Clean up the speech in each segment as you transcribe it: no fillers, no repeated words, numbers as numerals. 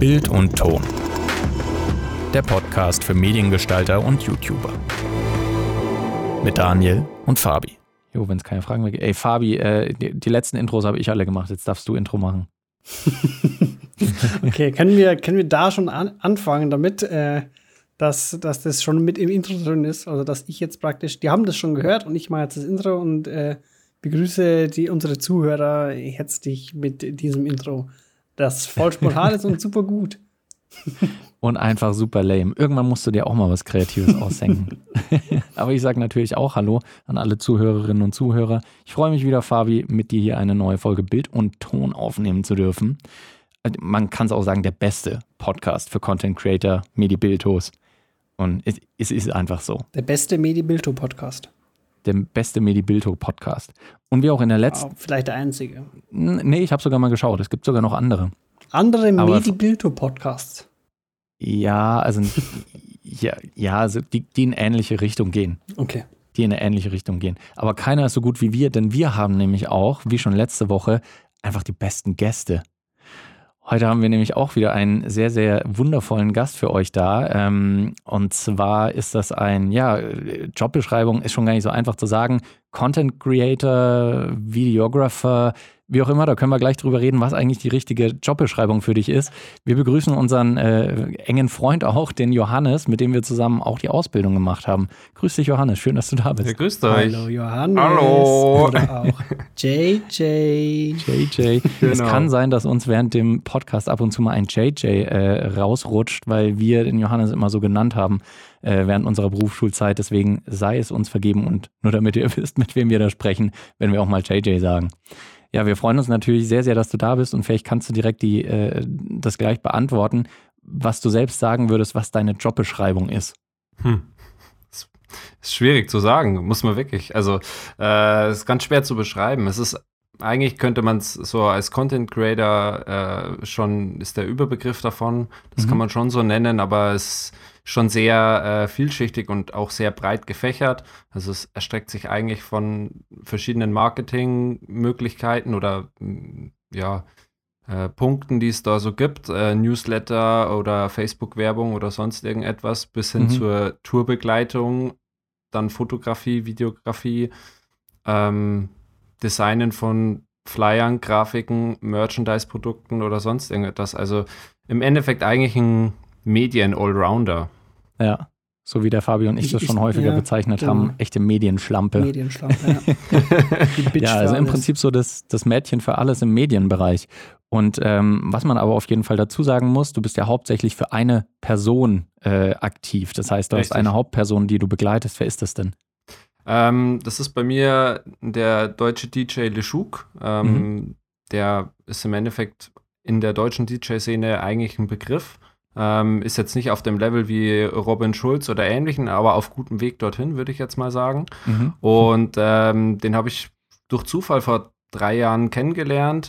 Bild und Ton. Der Podcast für Mediengestalter und YouTuber. Mit Daniel und Fabi. Jo, wenn es keine Fragen mehr gibt. Ey, Fabi, die letzten Intros habe ich alle gemacht. Jetzt darfst du Intro machen. Okay, können wir da schon anfangen damit, dass das schon mit im Intro drin ist? Also, dass ich jetzt praktisch, die haben das schon gehört und ich mache jetzt das Intro und begrüße unsere Zuhörer herzlich mit diesem Intro, das voll spontan ist und super gut. Und einfach super lame. Irgendwann musst du dir auch mal was Kreatives ausdenken. Aber ich sage natürlich auch Hallo an alle Zuhörerinnen und Zuhörer. Ich freue mich wieder, Fabi, mit dir hier eine neue Folge Bild und Ton aufnehmen zu dürfen. Man kann es auch sagen, der beste Podcast für Content Creator, Medibiltos. Und es ist einfach so. Der beste Medibilto-Podcast. Der beste Medibilto-Podcast. Und wie auch in der letzten... Vielleicht der einzige. Nee, ich habe sogar mal geschaut. Es gibt sogar noch andere. Andere Medibilto-Podcasts. Ja, also also die in ähnliche Richtung gehen. Okay. Die in eine ähnliche Richtung gehen. Aber keiner ist so gut wie wir, denn wir haben nämlich auch, wie schon letzte Woche, einfach die besten Gäste. Heute haben wir nämlich auch wieder einen sehr, sehr wundervollen Gast für euch da. Und zwar ist das Jobbeschreibung ist schon gar nicht so einfach zu sagen. Content Creator, Videographer, wie auch immer, da können wir gleich drüber reden, was eigentlich die richtige Jobbeschreibung für dich ist. Wir begrüßen unseren engen Freund auch, den Johannes, mit dem wir zusammen auch die Ausbildung gemacht haben. Grüß dich, Johannes, schön, dass du da bist. Ja, grüßt euch. Hallo, Johannes. Hallo. Oder auch JJ. JJ. Genau. Es kann sein, dass uns während dem Podcast ab und zu mal ein JJ rausrutscht, weil wir den Johannes immer so genannt haben während unserer Berufsschulzeit. Deswegen sei es uns vergeben und nur damit ihr wisst, mit wem wir da sprechen, wenn wir auch mal JJ sagen. Ja, wir freuen uns natürlich sehr, sehr, dass du da bist und vielleicht kannst du direkt das gleich beantworten, was du selbst sagen würdest, was deine Jobbeschreibung ist. Das ist schwierig zu sagen, muss man wirklich. Also, es ist ganz schwer zu beschreiben. Eigentlich könnte man es so als Content Creator schon, ist der Überbegriff davon. Das kann man schon so nennen, aber es ist schon sehr vielschichtig und auch sehr breit gefächert. Also es erstreckt sich eigentlich von verschiedenen Marketingmöglichkeiten oder Punkten, die es da so gibt, Newsletter oder Facebook-Werbung oder sonst irgendetwas, bis hin zur Tourbegleitung, dann Fotografie, Videografie, Designen von Flyern, Grafiken, Merchandise-Produkten oder sonst irgendetwas. Also im Endeffekt eigentlich ein Medien-Allrounder. Ja, so wie der Fabi und ich das schon häufiger bezeichnet haben, echte Medienschlampe. Medienschlampe, ja. Ja, also im Prinzip so das Mädchen für alles im Medienbereich. Und was man aber auf jeden Fall dazu sagen muss, du bist ja hauptsächlich für eine Person aktiv. Das heißt, du hast eine Hauptperson, die du begleitest. Wer ist das denn? Das ist bei mir der deutsche DJ Leschuk. Der ist im Endeffekt in der deutschen DJ-Szene eigentlich ein Begriff. Ist jetzt nicht auf dem Level wie Robin Schulz oder ähnlichen, aber auf gutem Weg dorthin, würde ich jetzt mal sagen. Und den habe ich durch Zufall vor 3 Jahren kennengelernt.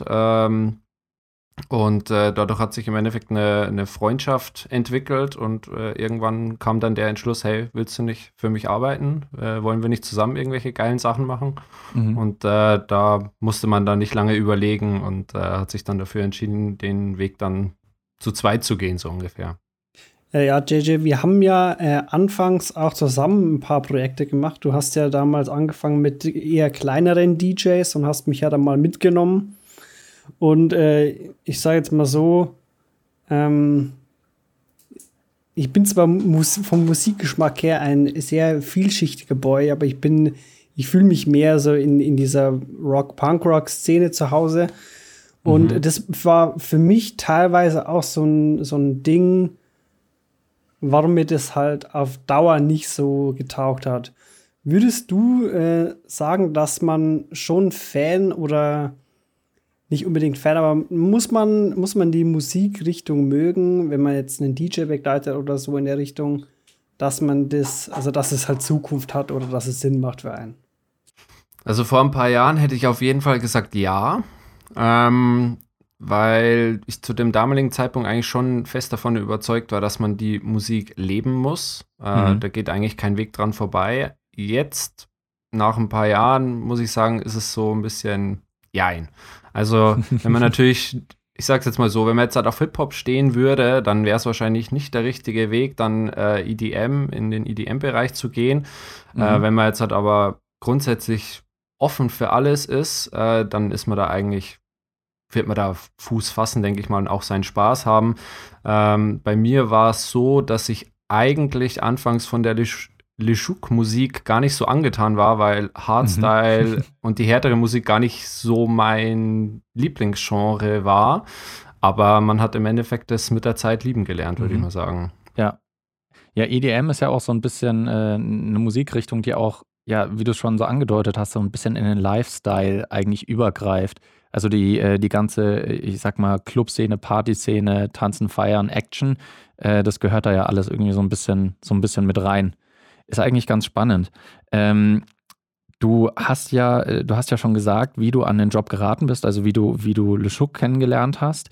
Und dadurch hat sich im Endeffekt eine Freundschaft entwickelt und irgendwann kam dann der Entschluss, hey, willst du nicht für mich arbeiten? Wollen wir nicht zusammen irgendwelche geilen Sachen machen? Und da musste man dann nicht lange überlegen und hat sich dann dafür entschieden, den Weg dann zu zweit zu gehen, so ungefähr. Ja, JJ, wir haben ja anfangs auch zusammen ein paar Projekte gemacht. Du hast ja damals angefangen mit eher kleineren DJs und hast mich ja dann mal mitgenommen. Und ich sage jetzt mal so, ich bin zwar vom Musikgeschmack her ein sehr vielschichtiger Boy, aber ich fühle mich mehr so in dieser Punk-Rock-Szene zu Hause. Und das war für mich teilweise auch so ein Ding, warum mir das halt auf Dauer nicht so getaugt hat. Würdest du sagen, dass man schon Fan oder nicht unbedingt Fan, aber muss man die Musikrichtung mögen, wenn man jetzt einen DJ begleitet oder so in der Richtung, dass es halt Zukunft hat oder dass es Sinn macht für einen? Also vor ein paar Jahren hätte ich auf jeden Fall gesagt, ja. Weil ich zu dem damaligen Zeitpunkt eigentlich schon fest davon überzeugt war, dass man die Musik leben muss. Da geht eigentlich kein Weg dran vorbei. Jetzt, nach ein paar Jahren, muss ich sagen, ist es so ein bisschen jein. Also, wenn man natürlich ich sag's jetzt mal so, wenn man jetzt halt auf Hip-Hop stehen würde, dann wäre es wahrscheinlich nicht der richtige Weg, dann EDM, in den EDM-Bereich zu gehen. Wenn man jetzt halt aber grundsätzlich offen für alles ist, dann ist man da eigentlich, wird man da Fuß fassen, denke ich mal, und auch seinen Spaß haben. Bei mir war es so, dass ich eigentlich anfangs von der LeShook-Musik gar nicht so angetan war, weil Hardstyle und die härtere Musik gar nicht so mein Lieblingsgenre war. Aber man hat im Endeffekt das mit der Zeit lieben gelernt, würde ich mal sagen. Ja. Ja, EDM ist ja auch so ein bisschen eine Musikrichtung, die auch, ja, wie du es schon so angedeutet hast, so ein bisschen in den Lifestyle eigentlich übergreift. Also die ganze, ich sag mal, Clubszene, Partyszene, Tanzen, Feiern, Action, das gehört da ja alles irgendwie so ein bisschen mit rein. Ist eigentlich ganz spannend. Du hast ja schon gesagt, wie du an den Job geraten bist, also wie du LeShook kennengelernt hast.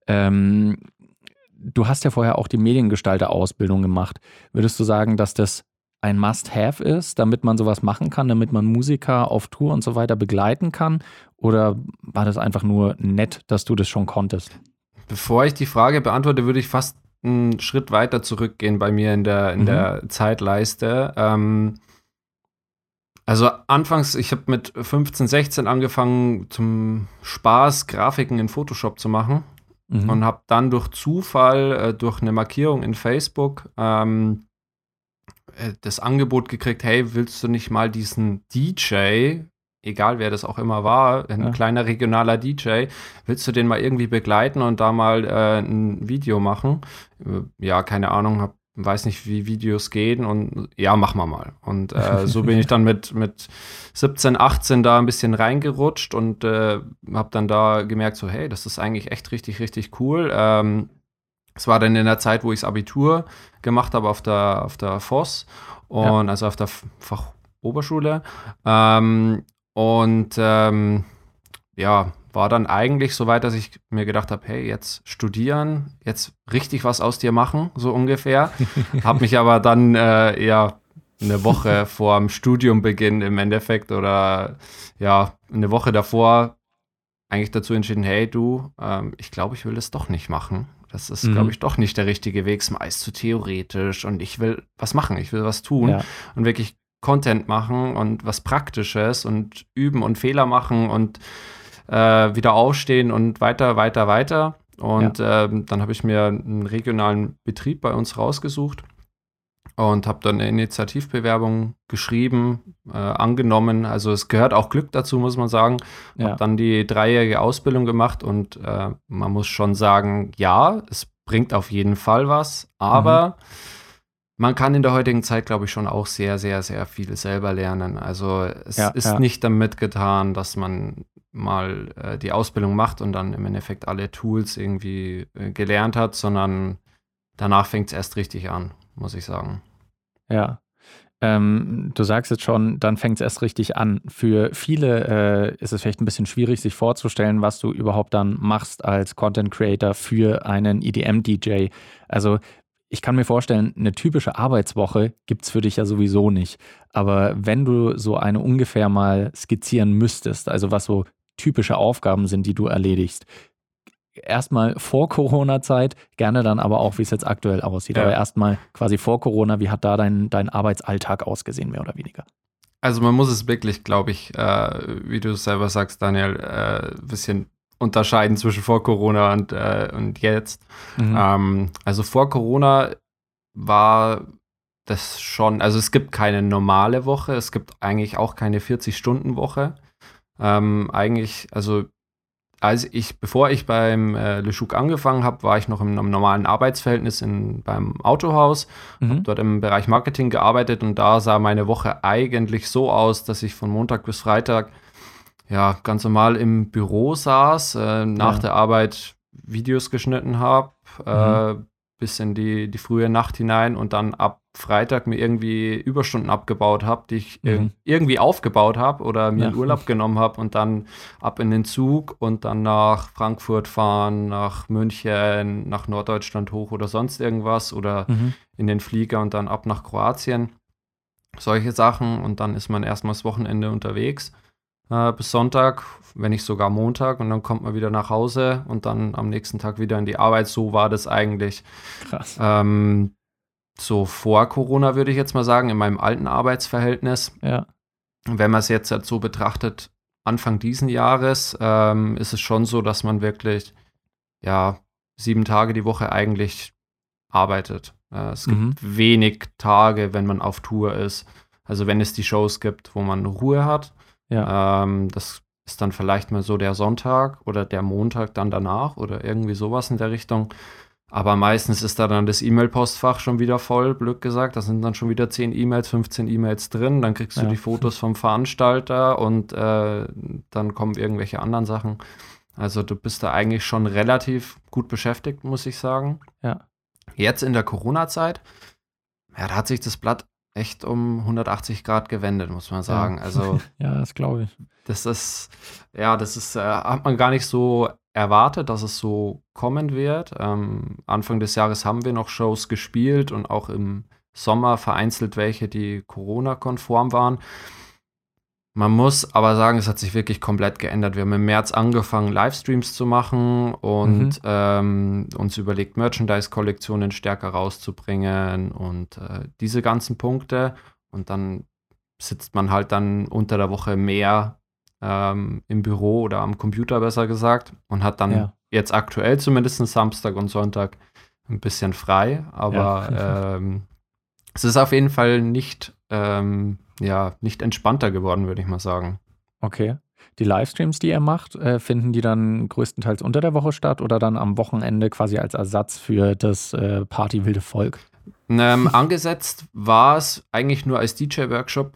Du hast ja vorher auch die Mediengestalter-Ausbildung gemacht. Würdest du sagen, dass das ein Must-Have ist, damit man sowas machen kann, damit man Musiker auf Tour und so weiter begleiten kann? Oder war das einfach nur nett, dass du das schon konntest? Bevor ich die Frage beantworte, würde ich fast einen Schritt weiter zurückgehen bei mir in der Zeitleiste. Also anfangs, ich habe mit 15, 16 angefangen, zum Spaß Grafiken in Photoshop zu machen und habe dann durch Zufall, durch eine Markierung in Facebook, das Angebot gekriegt, hey, willst du nicht mal diesen DJ, egal wer das auch immer war, ein kleiner regionaler DJ, willst du den mal irgendwie begleiten und da mal ein Video machen? Ja, keine Ahnung, weiß nicht, wie Videos gehen und ja, mach mal. Und so bin ich dann mit 17, 18 da ein bisschen reingerutscht und habe dann da gemerkt, so hey, das ist eigentlich echt richtig, richtig cool. Es war dann in der Zeit, wo ich das Abitur gemacht habe auf der FOS und also auf der Fachoberschule. War dann eigentlich so weit, dass ich mir gedacht habe, hey, jetzt studieren, jetzt richtig was aus dir machen, so ungefähr. Habe mich aber dann eine Woche vor dem Studiumbeginn im Endeffekt oder eine Woche davor eigentlich dazu entschieden, hey du, ich glaube, ich will das doch nicht machen. Das ist, glaube ich, doch nicht der richtige Weg. Es ist zu theoretisch und ich will was machen, ich will was tun und wirklich Content machen und was Praktisches und üben und Fehler machen und wieder aufstehen und weiter. Und dann habe ich mir einen regionalen Betrieb bei uns rausgesucht und habe dann eine Initiativbewerbung geschrieben, angenommen. Also es gehört auch Glück dazu, muss man sagen. Habe dann die 3-jährige Ausbildung gemacht und man muss schon sagen, ja, es bringt auf jeden Fall was, aber man kann in der heutigen Zeit, glaube ich, schon auch sehr, sehr, sehr viel selber lernen. Also es ist nicht damit getan, dass man mal die Ausbildung macht und dann im Endeffekt alle Tools irgendwie gelernt hat, sondern danach fängt es erst richtig an, muss ich sagen. Ja, du sagst jetzt schon, dann fängt es erst richtig an. Für viele ist es vielleicht ein bisschen schwierig, sich vorzustellen, was du überhaupt dann machst als Content Creator für einen EDM-DJ. Also ich kann mir vorstellen, eine typische Arbeitswoche gibt es für dich ja sowieso nicht. Aber wenn du so eine ungefähr mal skizzieren müsstest, also was so typische Aufgaben sind, die du erledigst, erstmal vor Corona-Zeit, gerne dann aber auch, wie es jetzt aktuell aussieht. Aber erstmal quasi vor Corona, wie hat da dein Arbeitsalltag ausgesehen, mehr oder weniger? Also man muss es wirklich, glaube ich, wie du selber sagst, Daniel, ein bisschen unterscheiden zwischen vor Corona und jetzt. Also vor Corona war das schon, also es gibt keine normale Woche, es gibt eigentlich auch keine 40-Stunden-Woche. Eigentlich, also bevor ich beim LeShook angefangen habe, war ich noch in einem normalen Arbeitsverhältnis beim Autohaus, habe dort im Bereich Marketing gearbeitet und da sah meine Woche eigentlich so aus, dass ich von Montag bis Freitag ganz normal im Büro saß, nach der Arbeit Videos geschnitten habe, bis in die frühe Nacht hinein und dann ab Freitag mir irgendwie Überstunden abgebaut habe, die ich irgendwie aufgebaut habe oder mir in Urlaub genommen habe und dann ab in den Zug und dann nach Frankfurt fahren, nach München, nach Norddeutschland hoch oder sonst irgendwas oder in den Flieger und dann ab nach Kroatien. Solche Sachen und dann ist man erstmal das Wochenende unterwegs. bis Sonntag, wenn nicht sogar Montag, und dann kommt man wieder nach Hause und dann am nächsten Tag wieder in die Arbeit. So war das eigentlich. Krass. So vor Corona, würde ich jetzt mal sagen, in meinem alten Arbeitsverhältnis. Ja. Wenn man es jetzt halt so betrachtet, Anfang diesen Jahres, ist es schon so, dass man wirklich 7 Tage die Woche eigentlich arbeitet. Es gibt wenig Tage, wenn man auf Tour ist. Also wenn es die Shows gibt, wo man Ruhe hat. Ja. Das ist dann vielleicht mal so der Sonntag oder der Montag dann danach oder irgendwie sowas in der Richtung. Aber meistens ist da dann das E-Mail-Postfach schon wieder voll, blöd gesagt. Da sind dann schon wieder 10 E-Mails, 15 E-Mails drin. Dann kriegst du die Fotos vom Veranstalter und dann kommen irgendwelche anderen Sachen. Also du bist da eigentlich schon relativ gut beschäftigt, muss ich sagen. Ja. Jetzt in der Corona-Zeit, da hat sich das Blatt echt um 180 Grad gewendet, muss man sagen. Ja. Also Ja, das glaube ich. das ist, hat man gar nicht so erwartet, dass es so kommen wird. Anfang des Jahres haben wir noch Shows gespielt und auch im Sommer vereinzelt welche, die Corona-konform waren. Man muss aber sagen, es hat sich wirklich komplett geändert. Wir haben im März angefangen, Livestreams zu machen und uns überlegt, Merchandise-Kollektionen stärker rauszubringen und diese ganzen Punkte. Und dann sitzt man halt dann unter der Woche mehr im Büro oder am Computer, besser gesagt, und hat dann jetzt aktuell zumindest Samstag und Sonntag ein bisschen frei. Aber es ist auf jeden Fall nicht entspannter geworden, würde ich mal sagen. Okay. Die Livestreams, die ihr macht, finden die dann größtenteils unter der Woche statt oder dann am Wochenende quasi als Ersatz für das Party-wilde Volk? Angesetzt war es eigentlich nur als DJ-Workshop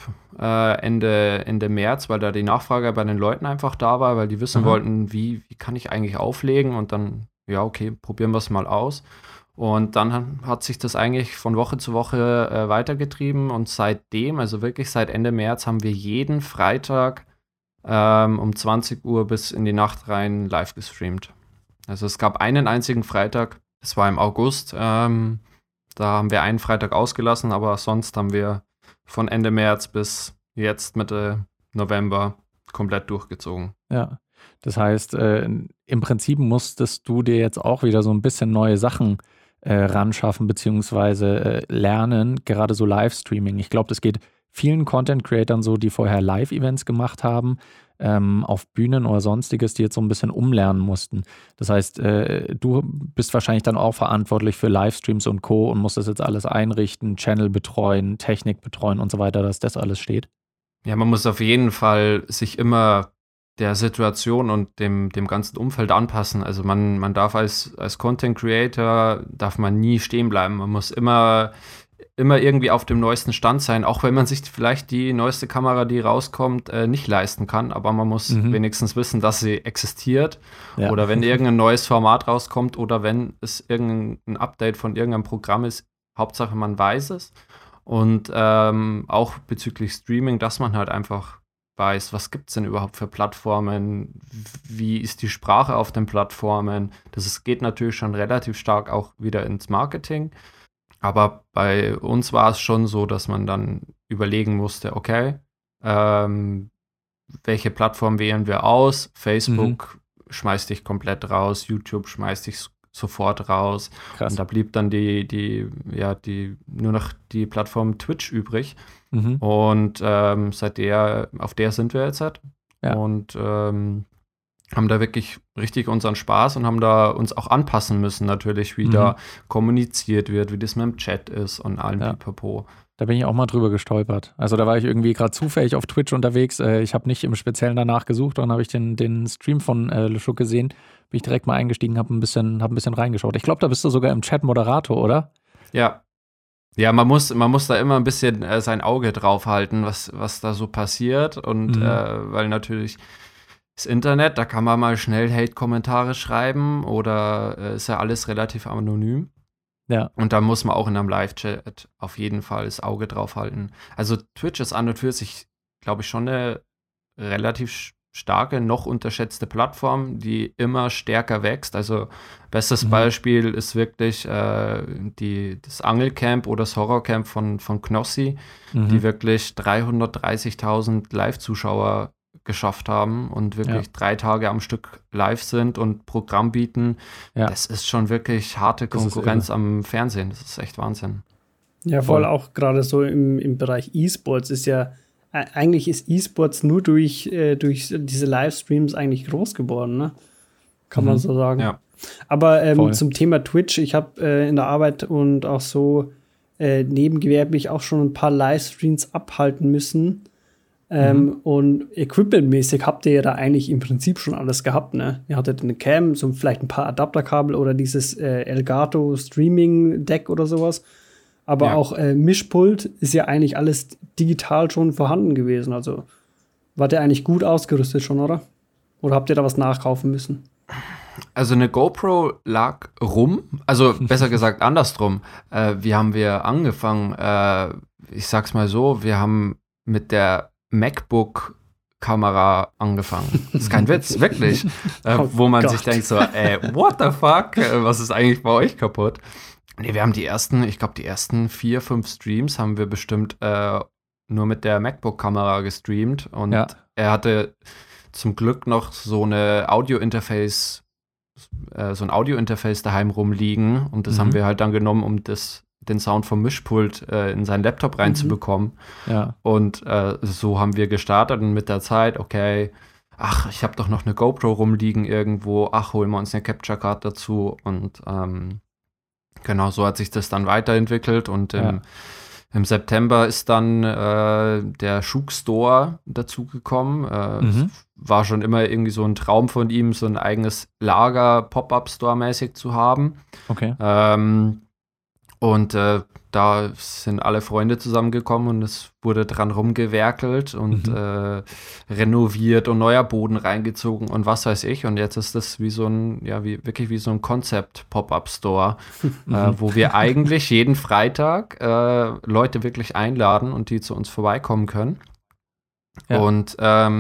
Ende März, weil da die Nachfrage bei den Leuten einfach da war, weil die wissen wollten, wie kann ich eigentlich auflegen, und dann, probieren wir es mal aus. Und dann hat sich das eigentlich von Woche zu Woche weitergetrieben, und seitdem, also wirklich seit Ende März, haben wir jeden Freitag um 20 Uhr bis in die Nacht rein live gestreamt. Also es gab einen einzigen Freitag, das war im August, da haben wir einen Freitag ausgelassen, aber sonst haben wir von Ende März bis jetzt Mitte November komplett durchgezogen. Ja, das heißt, im Prinzip musstest du dir jetzt auch wieder so ein bisschen neue Sachen ranschaffen beziehungsweise lernen, gerade so Livestreaming. Ich glaube, das geht vielen Content-Creatern so, die vorher Live-Events gemacht haben, auf Bühnen oder sonstiges, die jetzt so ein bisschen umlernen mussten. Das heißt, du bist wahrscheinlich dann auch verantwortlich für Livestreams und Co. und musst das jetzt alles einrichten, Channel betreuen, Technik betreuen und so weiter, dass das alles steht. Ja, man muss auf jeden Fall sich immer der Situation und dem ganzen Umfeld anpassen. Also man darf als Content Creator, darf man nie stehen bleiben. Man muss immer irgendwie auf dem neuesten Stand sein, auch wenn man sich vielleicht die neueste Kamera, die rauskommt, nicht leisten kann, aber man muss wenigstens wissen, dass sie existiert, oder wenn irgendein neues Format rauskommt oder wenn es irgendein Update von irgendeinem Programm ist, Hauptsache man weiß es. Und auch bezüglich Streaming, dass man halt einfach weiß, was gibt es denn überhaupt für Plattformen, wie ist die Sprache auf den Plattformen. Geht natürlich schon relativ stark auch wieder ins Marketing. Aber bei uns war es schon so, dass man dann überlegen musste, okay, welche Plattform wählen wir aus? Facebook schmeißt dich komplett raus, YouTube schmeißt dich sofort raus. Krass. Und da blieb dann nur noch die Plattform Twitch übrig. Und auf der sind wir jetzt halt. Ja. Und haben da wirklich richtig unseren Spaß und haben da uns auch anpassen müssen, natürlich, wie da kommuniziert wird, wie das mit dem Chat ist und allem Pipapo. Da bin ich auch mal drüber gestolpert. Also da war ich irgendwie gerade zufällig auf Twitch unterwegs. Ich habe nicht im Speziellen danach gesucht, dann habe ich den Stream von LeShook gesehen, bin ich direkt mal eingestiegen, habe ein bisschen reingeschaut. Ich glaube, da bist du sogar im Chat Moderator, oder? Ja. Ja, man muss da immer ein bisschen sein Auge drauf halten, was da so passiert. Und weil natürlich das Internet, da kann man mal schnell Hate-Kommentare schreiben oder ist ja alles relativ anonym. Ja. Und da muss man auch in einem Live-Chat auf jeden Fall das Auge drauf halten. Also Twitch ist an und für sich, glaube ich, schon eine relativ starke, noch unterschätzte Plattform, die immer stärker wächst. Also bestes Beispiel ist wirklich das Angelcamp oder das Horrorcamp von Knossi, die wirklich 330.000 Live-Zuschauer geschafft haben und wirklich 3 Tage am Stück live sind und Programm bieten. Ja. Das ist schon wirklich harte Konkurrenz am Fernsehen. Das ist echt Wahnsinn. Ja, voll auch gerade so im Bereich E-Sports ist ja, eigentlich ist E-Sports nur durch diese Livestreams eigentlich groß geworden, ne? Kann man so sagen. Ja. Aber zum Thema Twitch, ich habe in der Arbeit und auch so nebengewerblich auch schon ein paar Livestreams abhalten müssen. Und equipmentmäßig habt ihr ja da eigentlich im Prinzip schon alles gehabt, ne? Ihr hattet eine Cam, so vielleicht ein paar Adapterkabel oder dieses Elgato Streaming Deck oder sowas. Aber auch Mischpult ist ja eigentlich alles digital schon vorhanden gewesen. Also wart ihr eigentlich gut ausgerüstet schon, oder? Oder habt ihr da was nachkaufen müssen? Also eine GoPro lag rum, also besser gesagt andersrum. Wie haben wir angefangen? Ich sag's mal so, wir haben mit der MacBook-Kamera angefangen. Das ist kein Witz, wirklich. Wo man sich denkt so, what the fuck? Was ist eigentlich bei euch kaputt? Nee, wir haben die ersten 4, 5 Streams haben wir bestimmt nur mit der MacBook-Kamera gestreamt. Und er hatte zum Glück noch so ein Audio-Interface daheim rumliegen. Und das haben wir halt dann genommen, um den Sound vom Mischpult in seinen Laptop reinzubekommen. Ja. Und so haben wir gestartet und mit der Zeit, okay, ich habe doch noch eine GoPro rumliegen irgendwo, holen wir uns eine Capture Card dazu und genau, so hat sich das dann weiterentwickelt und im September ist dann der Shook Store dazugekommen. War schon immer irgendwie so ein Traum von ihm, so ein eigenes Lager Pop-Up-Store-mäßig zu haben. Okay. Und da sind alle Freunde zusammengekommen und es wurde dran rumgewerkelt und renoviert und neuer Boden reingezogen und was weiß ich. Und jetzt ist das wie so ein Konzept-Pop-Up-Store, wo wir eigentlich jeden Freitag Leute wirklich einladen und die zu uns vorbeikommen können. Ja. Und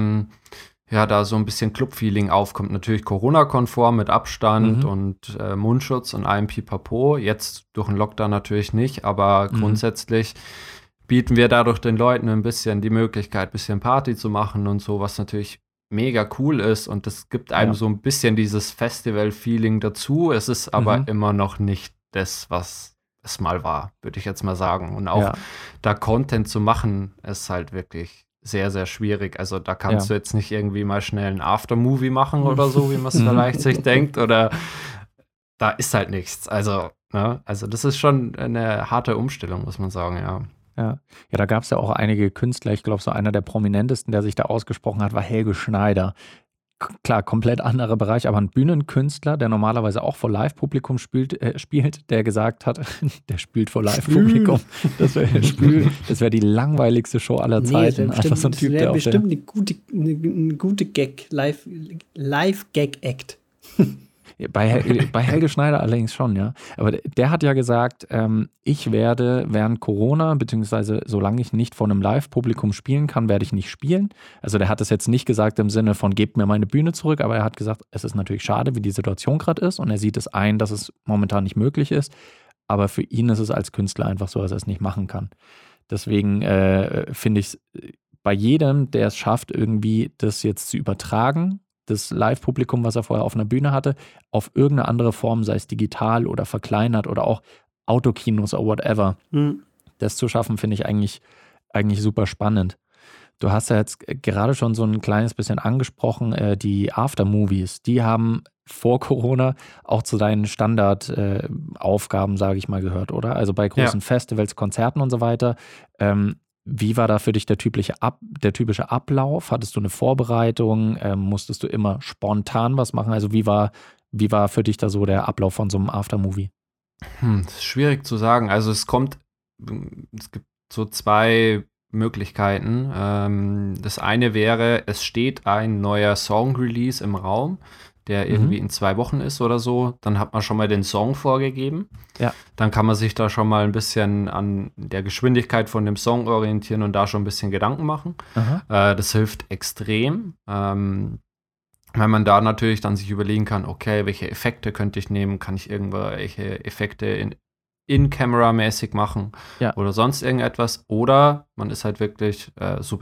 da so ein bisschen Club-Feeling aufkommt. Natürlich Corona-konform mit Abstand und Mundschutz und allem Pipapo. Jetzt durch den Lockdown natürlich nicht, aber grundsätzlich bieten wir dadurch den Leuten ein bisschen die Möglichkeit, ein bisschen Party zu machen und so, was natürlich mega cool ist. Und das gibt einem so ein bisschen dieses Festival-Feeling dazu. Es ist aber immer noch nicht das, was es mal war, würde ich jetzt mal sagen. Und auch da Content zu machen, ist halt wirklich sehr, sehr schwierig. Also da kannst du jetzt nicht irgendwie mal schnell ein Aftermovie machen oder so, wie man es vielleicht sich denkt. Oder da ist halt nichts. Also das ist schon eine harte Umstellung, muss man sagen, Ja, da gab es ja auch einige Künstler. Ich glaube, so einer der prominentesten, der sich da ausgesprochen hat, war Helge Schneider. Klar, komplett anderer Bereich, aber ein Bühnenkünstler, der normalerweise auch vor Live-Publikum spielt, der gesagt hat, der spielt vor Live-Publikum. Das wäre die langweiligste Show aller Zeiten. Einfach so ein Typ, der bestimmt eine gute Gag, Live-Gag-Act. Bei Helge Schneider allerdings schon, ja. Aber der hat ja gesagt, ich werde während Corona, beziehungsweise solange ich nicht vor einem Live-Publikum spielen kann, werde ich nicht spielen. Also der hat es jetzt nicht gesagt im Sinne von, gebt mir meine Bühne zurück, aber er hat gesagt, es ist natürlich schade, wie die Situation gerade ist und er sieht es ein, dass es momentan nicht möglich ist. Aber für ihn ist es als Künstler einfach so, dass er es nicht machen kann. Deswegen finde ich es bei jedem, der es schafft, irgendwie das jetzt zu übertragen, das Live-Publikum, was er vorher auf einer Bühne hatte, auf irgendeine andere Form, sei es digital oder verkleinert oder auch Autokinos oder whatever. Das zu schaffen, finde ich eigentlich super spannend. Du hast ja jetzt gerade schon so ein kleines bisschen angesprochen, die Aftermovies, die haben vor Corona auch zu deinen Standardaufgaben, sage ich mal, gehört, oder? Also bei großen Festivals, Konzerten und so weiter. Wie war da für dich der typische Ablauf? Hattest du eine Vorbereitung? Musstest du immer spontan was machen? Also wie war für dich da so der Ablauf von so einem Aftermovie? Das ist schwierig zu sagen. Also es gibt so 2 Möglichkeiten. Das eine wäre, es steht ein neuer Song-Release im Raum, der irgendwie in 2 Wochen ist oder so, dann hat man schon mal den Song vorgegeben. Ja. Dann kann man sich da schon mal ein bisschen an der Geschwindigkeit von dem Song orientieren und da schon ein bisschen Gedanken machen. Das hilft extrem, weil man da natürlich dann sich überlegen kann, okay, welche Effekte könnte ich nehmen? Kann ich irgendwelche Effekte in-Camera-mäßig machen oder sonst irgendetwas? Oder man ist halt wirklich, so wie es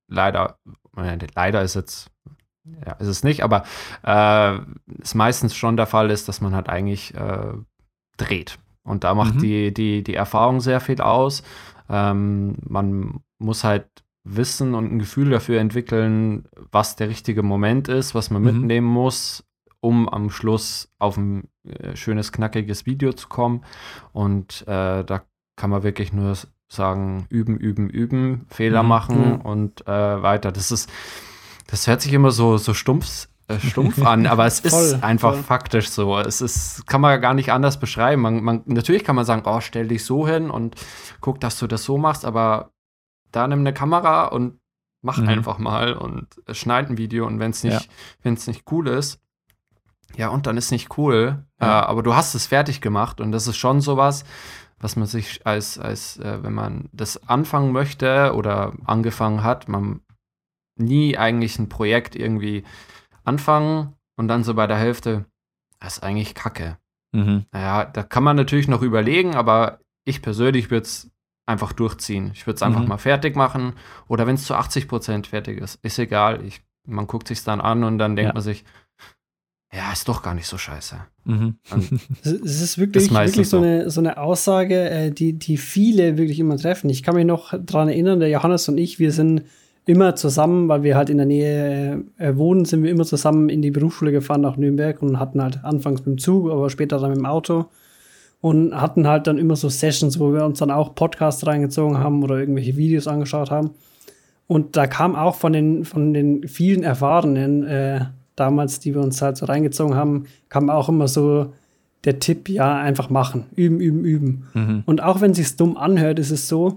leider ist jetzt, ja, ist es nicht, aber es meistens schon der Fall ist, dass man halt eigentlich dreht. Und da macht die Erfahrung sehr viel aus. Man muss halt wissen und ein Gefühl dafür entwickeln, was der richtige Moment ist, was man mitnehmen muss, um am Schluss auf ein schönes, knackiges Video zu kommen. Und da kann man wirklich nur sagen, üben, Fehler machen und weiter. Das hört sich immer so stumpf an, aber es ist einfach faktisch so. Kann man gar nicht anders beschreiben. Natürlich kann man sagen, oh, stell dich so hin und guck, dass du das so machst, aber da nimm eine Kamera und mach einfach mal und schneid ein Video und wenn es nicht cool ist, ja, und dann ist nicht cool, aber du hast es fertig gemacht und das ist schon sowas, was man sich wenn man das anfangen möchte oder angefangen hat, man nie eigentlich ein Projekt irgendwie anfangen und dann so bei der Hälfte, das ist eigentlich Kacke. Naja, da kann man natürlich noch überlegen, aber ich persönlich würde es einfach durchziehen. Ich würde es einfach mal fertig machen oder wenn es zu 80% fertig ist egal. Man guckt sich dann an und dann denkt man sich, ja, ist doch gar nicht so scheiße. Es ist wirklich so eine Aussage, die viele wirklich immer treffen. Ich kann mich noch daran erinnern, der Johannes und ich, wir sind immer zusammen, weil wir halt in der Nähe wohnen, sind wir immer zusammen in die Berufsschule gefahren nach Nürnberg und hatten halt anfangs mit dem Zug, aber später dann mit dem Auto und hatten halt dann immer so Sessions, wo wir uns dann auch Podcasts reingezogen haben oder irgendwelche Videos angeschaut haben. Und da kam auch von den vielen Erfahrenen damals, die wir uns halt so reingezogen haben, kam auch immer so der Tipp, ja, einfach machen, üben. Und auch wenn es sich dumm anhört, ist es so,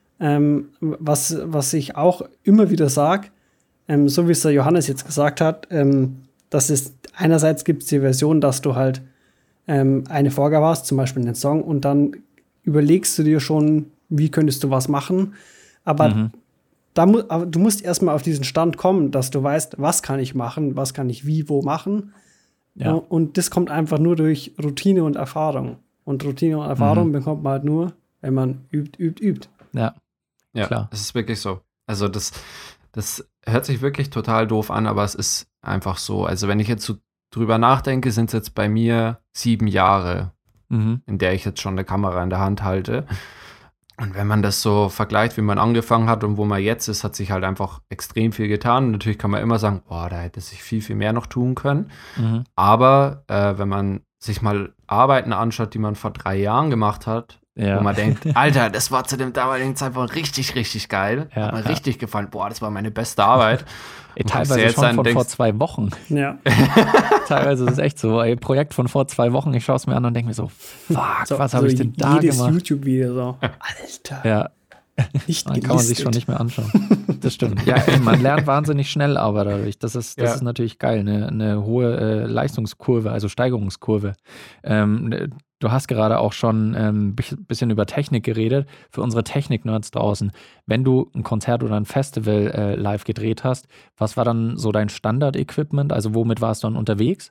was ich auch immer wieder sage, so wie es der Johannes jetzt gesagt hat, dass es einerseits gibt es die Version, dass du halt eine Vorgabe hast, zum Beispiel einen Song, und dann überlegst du dir schon, wie könntest du was machen, aber du musst erstmal auf diesen Stand kommen, dass du weißt, was kann ich machen, was kann ich wie, wo machen. Ja. Und das kommt einfach nur durch Routine und Erfahrung. Und Routine und Erfahrung bekommt man halt nur, wenn man übt. Ja, klar. Es ist wirklich so. Also das hört sich wirklich total doof an, aber es ist einfach so. Also wenn ich jetzt so drüber nachdenke, sind es jetzt bei mir 7 Jahre, in der ich jetzt schon eine Kamera in der Hand halte. Und wenn man das so vergleicht, wie man angefangen hat und wo man jetzt ist, hat sich halt einfach extrem viel getan. Und natürlich kann man immer sagen, boah, da hätte sich viel, viel mehr noch tun können. Aber wenn man sich mal Arbeiten anschaut, die man vor 3 Jahren gemacht hat, wo man denkt, Alter, das war zu dem damaligen Zeitpunkt richtig, richtig geil. Hat mir richtig gefallen. Boah, das war meine beste Arbeit. Teilweise schon von vor 2 Wochen. Ja. Teilweise ist es echt so, ein Projekt von vor 2 Wochen, ich schaue es mir an und denke mir so, fuck, was habe ich denn da gemacht? Jedes YouTube-Video so, Alter. Ja. Dann kann man sich schon nicht mehr anschauen. Das stimmt. Ja, man lernt wahnsinnig schnell aber dadurch. Das ist natürlich geil. Eine hohe Leistungskurve, also Steigerungskurve. Du hast gerade auch schon ein bisschen über Technik geredet. Für unsere Technik-Nerds draußen, wenn du ein Konzert oder ein Festival live gedreht hast, was war dann so dein Standard-Equipment? Also womit warst du dann unterwegs?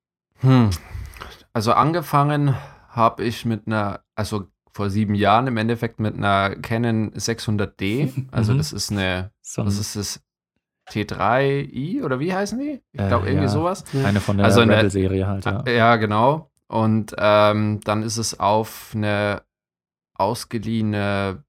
Also angefangen habe ich vor 7 Jahren im Endeffekt mit einer Canon 600D. Also das ist das T3i oder wie heißen die? Ich glaube irgendwie sowas. Eine von der Rebel-Serie halt, ja. Ja, genau. Und dann ist es auf eine ausgeliehene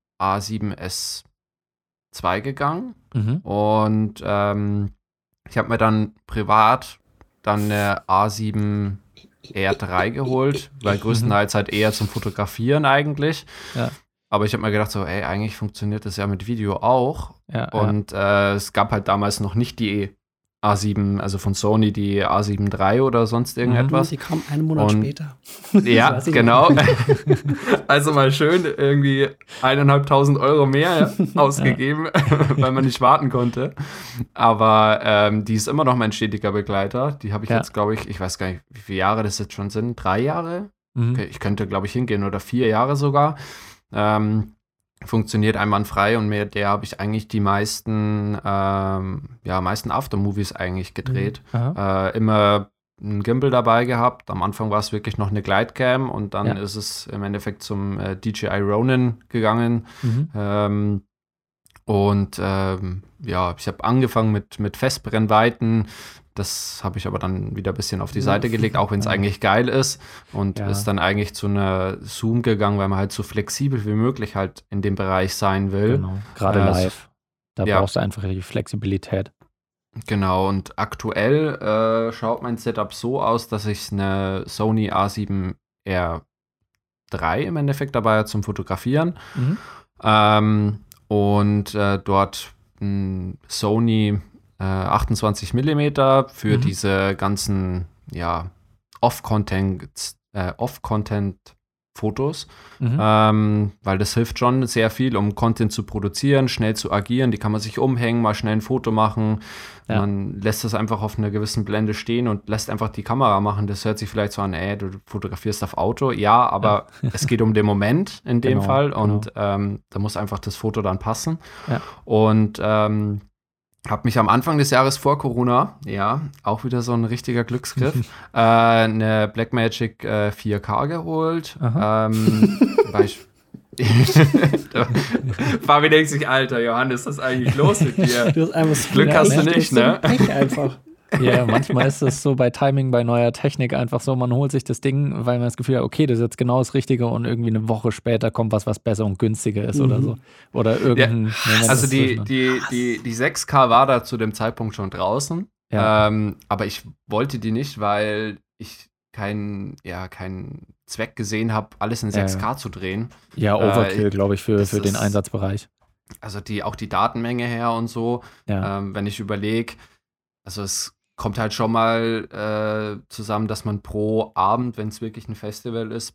A7S2 gegangen. Und ich habe mir dann privat eine A7 R3 geholt, weil größtenteils halt eher zum Fotografieren eigentlich. Ja. Aber ich habe mir gedacht so, ey, eigentlich funktioniert das ja mit Video auch. Und es gab halt damals noch nicht die A7, also von Sony, die A7 III oder sonst irgendetwas. Die kam einen Monat später. Ja, genau. Also mal schön irgendwie 1.500 Euro mehr ausgegeben, weil man nicht warten konnte. Aber die ist immer noch mein stetiger Begleiter. Die habe ich jetzt, glaube ich weiß gar nicht, wie viele Jahre das jetzt schon sind. 3 Jahre? Okay, ich könnte, glaube ich, hingehen oder 4 Jahre sogar. Funktioniert einwandfrei und mit der habe ich eigentlich die meisten Aftermovies eigentlich gedreht. Immer ein Gimbal dabei gehabt. Am Anfang war es wirklich noch eine Glidecam und dann ist es im Endeffekt zum DJI Ronin gegangen. Und ich habe angefangen mit Festbrennweiten. Das habe ich aber dann wieder ein bisschen auf die Seite gelegt, auch wenn es eigentlich geil ist. Und ist dann eigentlich zu einer Zoom gegangen, weil man halt so flexibel wie möglich halt in dem Bereich sein will. Genau. Gerade live. Da brauchst du einfach die Flexibilität. Genau, und aktuell schaut mein Setup so aus, dass ich eine Sony A7R3 im Endeffekt dabei habe zum Fotografieren. Und dort ein Sony 28 mm für diese ganzen Off-Content-Fotos, weil das hilft schon sehr viel, um Content zu produzieren, schnell zu agieren. Die kann man sich umhängen, mal schnell ein Foto machen. Ja. Man lässt das einfach auf einer gewissen Blende stehen und lässt einfach die Kamera machen. Das hört sich vielleicht so an, du fotografierst auf Auto. Ja, aber es geht um den Moment in dem Fall und da muss einfach das Foto dann passen. Ja. Und habe mich am Anfang des Jahres vor Corona, auch wieder so ein richtiger Glücksgriff, eine Blackmagic 4K geholt. Weil ich Fabi denkt sich, Alter, Johannes, was ist eigentlich los mit dir? Du hast einfach Glück hast du nicht, ne? Pech einfach. Ja, manchmal ist es so bei Timing, bei neuer Technik einfach so, man holt sich das Ding, weil man das Gefühl hat, okay, das ist jetzt genau das Richtige und irgendwie eine Woche später kommt was besser und günstiger ist oder so. Oder irgendein Moment. Also die 6K war da zu dem Zeitpunkt schon draußen, aber ich wollte die nicht, weil ich keinen Zweck gesehen habe, alles in 6K zu drehen. Ja, Overkill, glaube ich, für den Einsatzbereich. Also auch die Datenmenge her und so, wenn ich überlege, also es kommt halt schon mal zusammen, dass man pro Abend, wenn es wirklich ein Festival ist,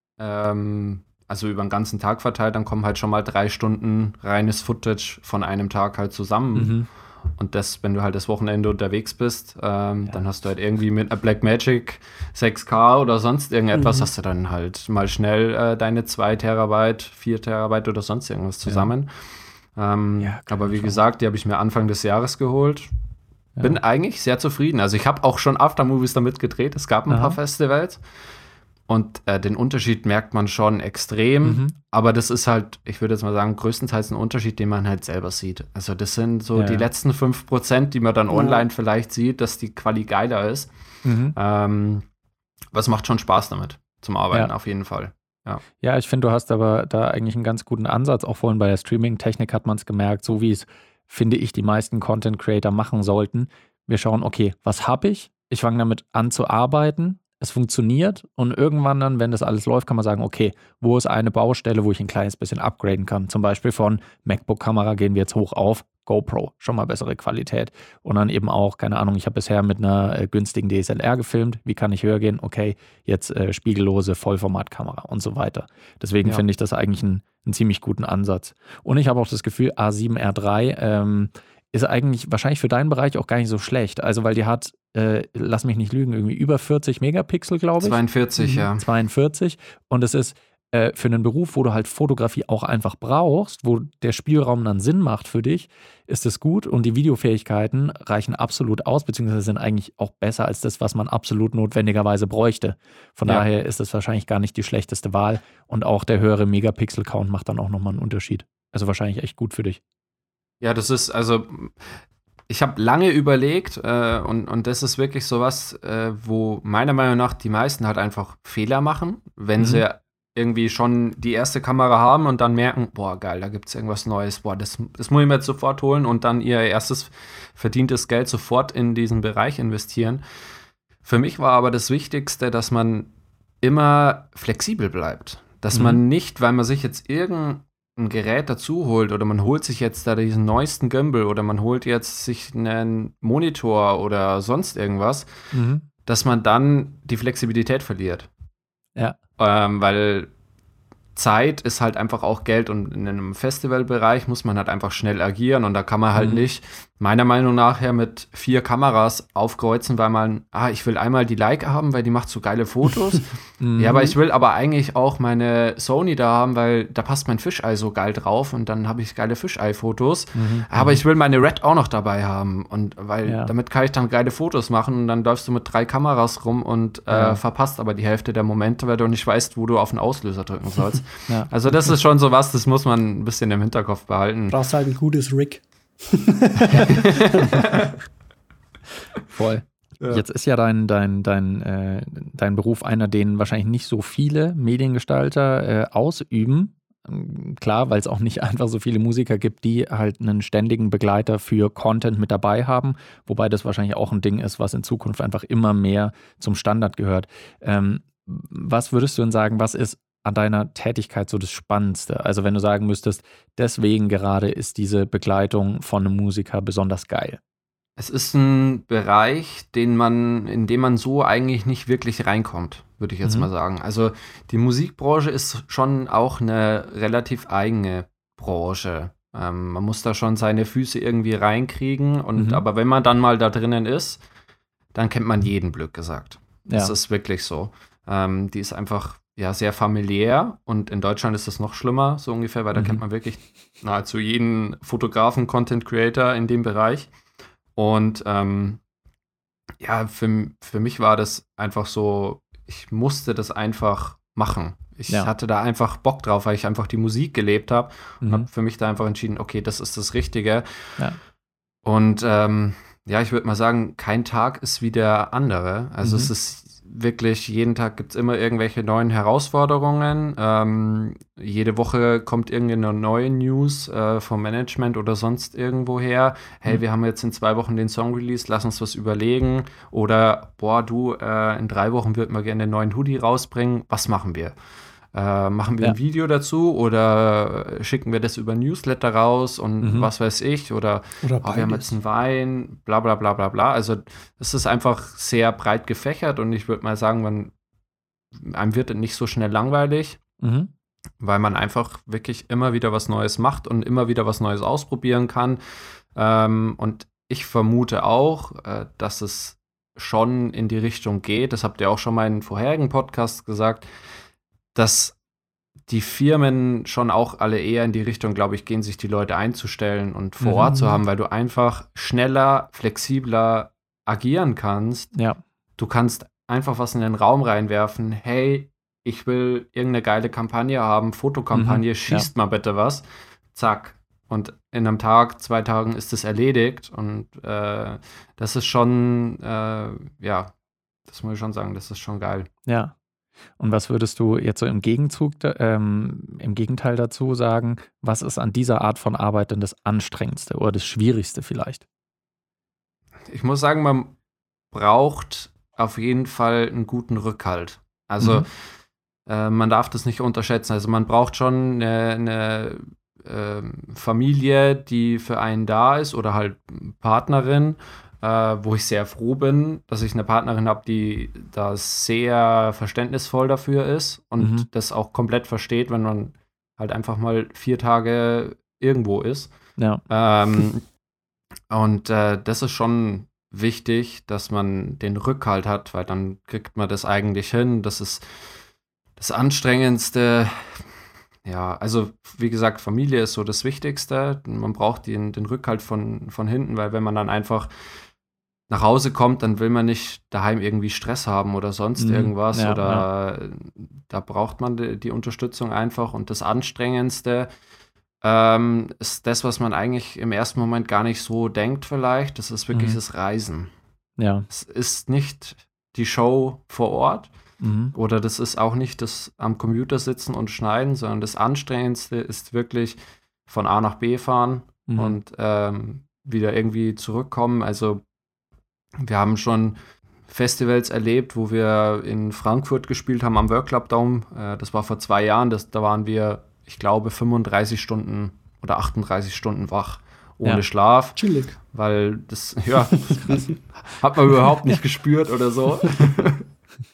also über den ganzen Tag verteilt, dann kommen halt schon mal 3 Stunden reines Footage von einem Tag halt zusammen. Und das, wenn du halt das Wochenende unterwegs bist, dann hast du halt irgendwie mit einer Blackmagic 6K oder sonst irgendetwas, hast du dann halt mal schnell deine 2 Terabyte, 4 Terabyte oder sonst irgendwas zusammen. Aber wie gesagt, die habe ich mir Anfang des Jahres geholt. Bin eigentlich sehr zufrieden. Also ich habe auch schon Aftermovies damit gedreht. Es gab ein paar Festivals. Und den Unterschied merkt man schon extrem. Aber das ist halt, ich würde jetzt mal sagen, größtenteils ein Unterschied, den man halt selber sieht. Also das sind so die letzten 5%, die man dann online vielleicht sieht, dass die Quali geiler ist. Aber es macht schon Spaß damit zum Arbeiten, auf jeden Fall. Ja, ich finde, du hast aber da eigentlich einen ganz guten Ansatz. Auch vorhin bei der Streaming-Technik hat man es gemerkt, so wie es, finde ich, die meisten Content-Creator machen sollten. Wir schauen, okay, was habe ich? Ich fange damit an zu arbeiten. Es funktioniert und irgendwann dann, wenn das alles läuft, kann man sagen, okay, wo ist eine Baustelle, wo ich ein kleines bisschen upgraden kann? Zum Beispiel von MacBook-Kamera gehen wir jetzt hoch auf GoPro, schon mal bessere Qualität. Und dann eben auch, keine Ahnung, ich habe bisher mit einer günstigen DSLR gefilmt. Wie kann ich höher gehen? Okay, jetzt spiegellose Vollformatkamera und so weiter. Deswegen finde ich das eigentlich einen ziemlich guten Ansatz. Und ich habe auch das Gefühl, A7R3 ist eigentlich wahrscheinlich für deinen Bereich auch gar nicht so schlecht. Also, weil die hat, lass mich nicht lügen, irgendwie über 40 Megapixel, glaube ich. 42, ja. 42. Und es ist für einen Beruf, wo du halt Fotografie auch einfach brauchst, wo der Spielraum dann Sinn macht für dich, ist es gut. Und die Videofähigkeiten reichen absolut aus, beziehungsweise sind eigentlich auch besser als das, was man absolut notwendigerweise bräuchte. Von daher ist es wahrscheinlich gar nicht die schlechteste Wahl. Und auch der höhere Megapixel-Count macht dann auch nochmal einen Unterschied. Also wahrscheinlich echt gut für dich. Ja, das ist, also ich habe lange überlegt und das ist wirklich sowas, wo meiner Meinung nach die meisten halt einfach Fehler machen, wenn sie irgendwie schon die erste Kamera haben und dann merken, boah, geil, da gibt es irgendwas Neues, boah, das muss ich mir jetzt sofort holen und dann ihr erstes verdientes Geld sofort in diesen Bereich investieren. Für mich war aber das Wichtigste, dass man immer flexibel bleibt. Dass man nicht, weil man sich jetzt irgendein Gerät dazu holt oder man holt sich jetzt da diesen neuesten Gimbal oder man holt jetzt sich einen Monitor oder sonst irgendwas, dass man dann die Flexibilität verliert. Ja. Weil Zeit ist halt einfach auch Geld und in einem Festivalbereich muss man halt einfach schnell agieren und da kann man halt nicht meiner Meinung nach mit 4 Kameras aufkreuzen, weil ich will einmal die Leica haben, weil die macht so geile Fotos. Ja, aber ich will aber eigentlich auch meine Sony da haben, weil da passt mein Fisheye so geil drauf und dann habe ich geile Fisheye-Fotos. Aber ich will meine Red auch noch dabei haben und damit kann ich dann geile Fotos machen und dann läufst du mit 3 Kameras rum und verpasst aber die Hälfte der Momente, weil du nicht weißt, wo du auf den Auslöser drücken sollst. Also das ist schon sowas, das muss man ein bisschen im Hinterkopf behalten. Du brauchst halt ein gutes Rig. Voll. Ja. Jetzt ist ja dein Beruf einer, den wahrscheinlich nicht so viele Mediengestalter ausüben. Klar, weil es auch nicht einfach so viele Musiker gibt, die halt einen ständigen Begleiter für Content mit dabei haben, wobei das wahrscheinlich auch ein Ding ist, was in Zukunft einfach immer mehr zum Standard gehört. Was würdest du denn sagen, was ist an deiner Tätigkeit so das Spannendste? Also wenn du sagen müsstest, deswegen gerade ist diese Begleitung von einem Musiker besonders geil. Es ist ein Bereich, in dem man so eigentlich nicht wirklich reinkommt, würde ich jetzt mal sagen. Also die Musikbranche ist schon auch eine relativ eigene Branche. Man muss da schon seine Füße irgendwie reinkriegen. Aber wenn man dann mal da drinnen ist, dann kennt man jeden, blöd gesagt. Das ist wirklich so. Die ist einfach sehr familiär und in Deutschland ist das noch schlimmer, so ungefähr, weil da kennt man wirklich nahezu jeden Fotografen, Content Creator in dem Bereich. Und für mich war das einfach so, ich musste das einfach machen. Ich hatte da einfach Bock drauf, weil ich einfach die Musik gelebt habe und habe für mich da einfach entschieden, okay, das ist das Richtige. Ja. Und ich würde mal sagen, kein Tag ist wie der andere. Also es ist wirklich, jeden Tag gibt es immer irgendwelche neuen Herausforderungen. Jede Woche kommt irgendeine neue News vom Management oder sonst irgendwo her. Hey, wir haben jetzt in 2 Wochen den Song released, lass uns was überlegen. Oder, in 3 Wochen würden wir gerne einen neuen Hoodie rausbringen. Was machen wir? Machen wir ein Video dazu oder schicken wir das über Newsletter raus und was weiß ich oder wir haben jetzt einen Wein, bla bla bla bla bla. Also es ist einfach sehr breit gefächert und ich würde mal sagen, einem wird nicht so schnell langweilig, weil man einfach wirklich immer wieder was Neues macht und immer wieder was Neues ausprobieren kann. Und ich vermute auch, dass es schon in die Richtung geht, das habt ihr auch schon mal in einem vorherigen Podcast gesagt, dass die Firmen schon auch alle eher in die Richtung, glaube ich, gehen, sich die Leute einzustellen und vor Ort zu haben, weil du einfach schneller, flexibler agieren kannst. Ja. Du kannst einfach was in den Raum reinwerfen. Hey, ich will irgendeine geile Kampagne haben, Fotokampagne, schießt mal bitte was. Zack. Und in einem Tag, 2 Tagen ist es erledigt. Und das ist schon, das muss ich schon sagen, das ist schon geil. Ja. Und was würdest du jetzt so im Gegenteil dazu sagen, was ist an dieser Art von Arbeit denn das Anstrengendste oder das Schwierigste vielleicht? Ich muss sagen, man braucht auf jeden Fall einen guten Rückhalt. Also man darf das nicht unterschätzen. Also man braucht schon eine Familie, die für einen da ist oder halt Partnerin, wo ich sehr froh bin, dass ich eine Partnerin habe, die da sehr verständnisvoll dafür ist und das auch komplett versteht, wenn man halt einfach mal 4 Tage irgendwo ist. Ja. Das ist schon wichtig, dass man den Rückhalt hat, weil dann kriegt man das eigentlich hin. Das ist das Anstrengendste. Ja, also wie gesagt, Familie ist so das Wichtigste. Man braucht den Rückhalt von hinten, weil wenn man dann einfach nach Hause kommt, dann will man nicht daheim irgendwie Stress haben oder sonst irgendwas. Da braucht man die Unterstützung einfach. Und das Anstrengendste ist das, was man eigentlich im ersten Moment gar nicht so denkt vielleicht. Das ist wirklich das Reisen. Ja. Es ist nicht die Show vor Ort oder das ist auch nicht das am Computer sitzen und schneiden, sondern das Anstrengendste ist wirklich von A nach B fahren und wieder irgendwie zurückkommen. Also wir haben schon Festivals erlebt, wo wir in Frankfurt gespielt haben am World Club Dome. Das war vor 2 Jahren. Da waren wir, ich glaube, 35 Stunden oder 38 Stunden wach, ohne Schlaf. Chillig. Weil das hat man überhaupt nicht gespürt oder so.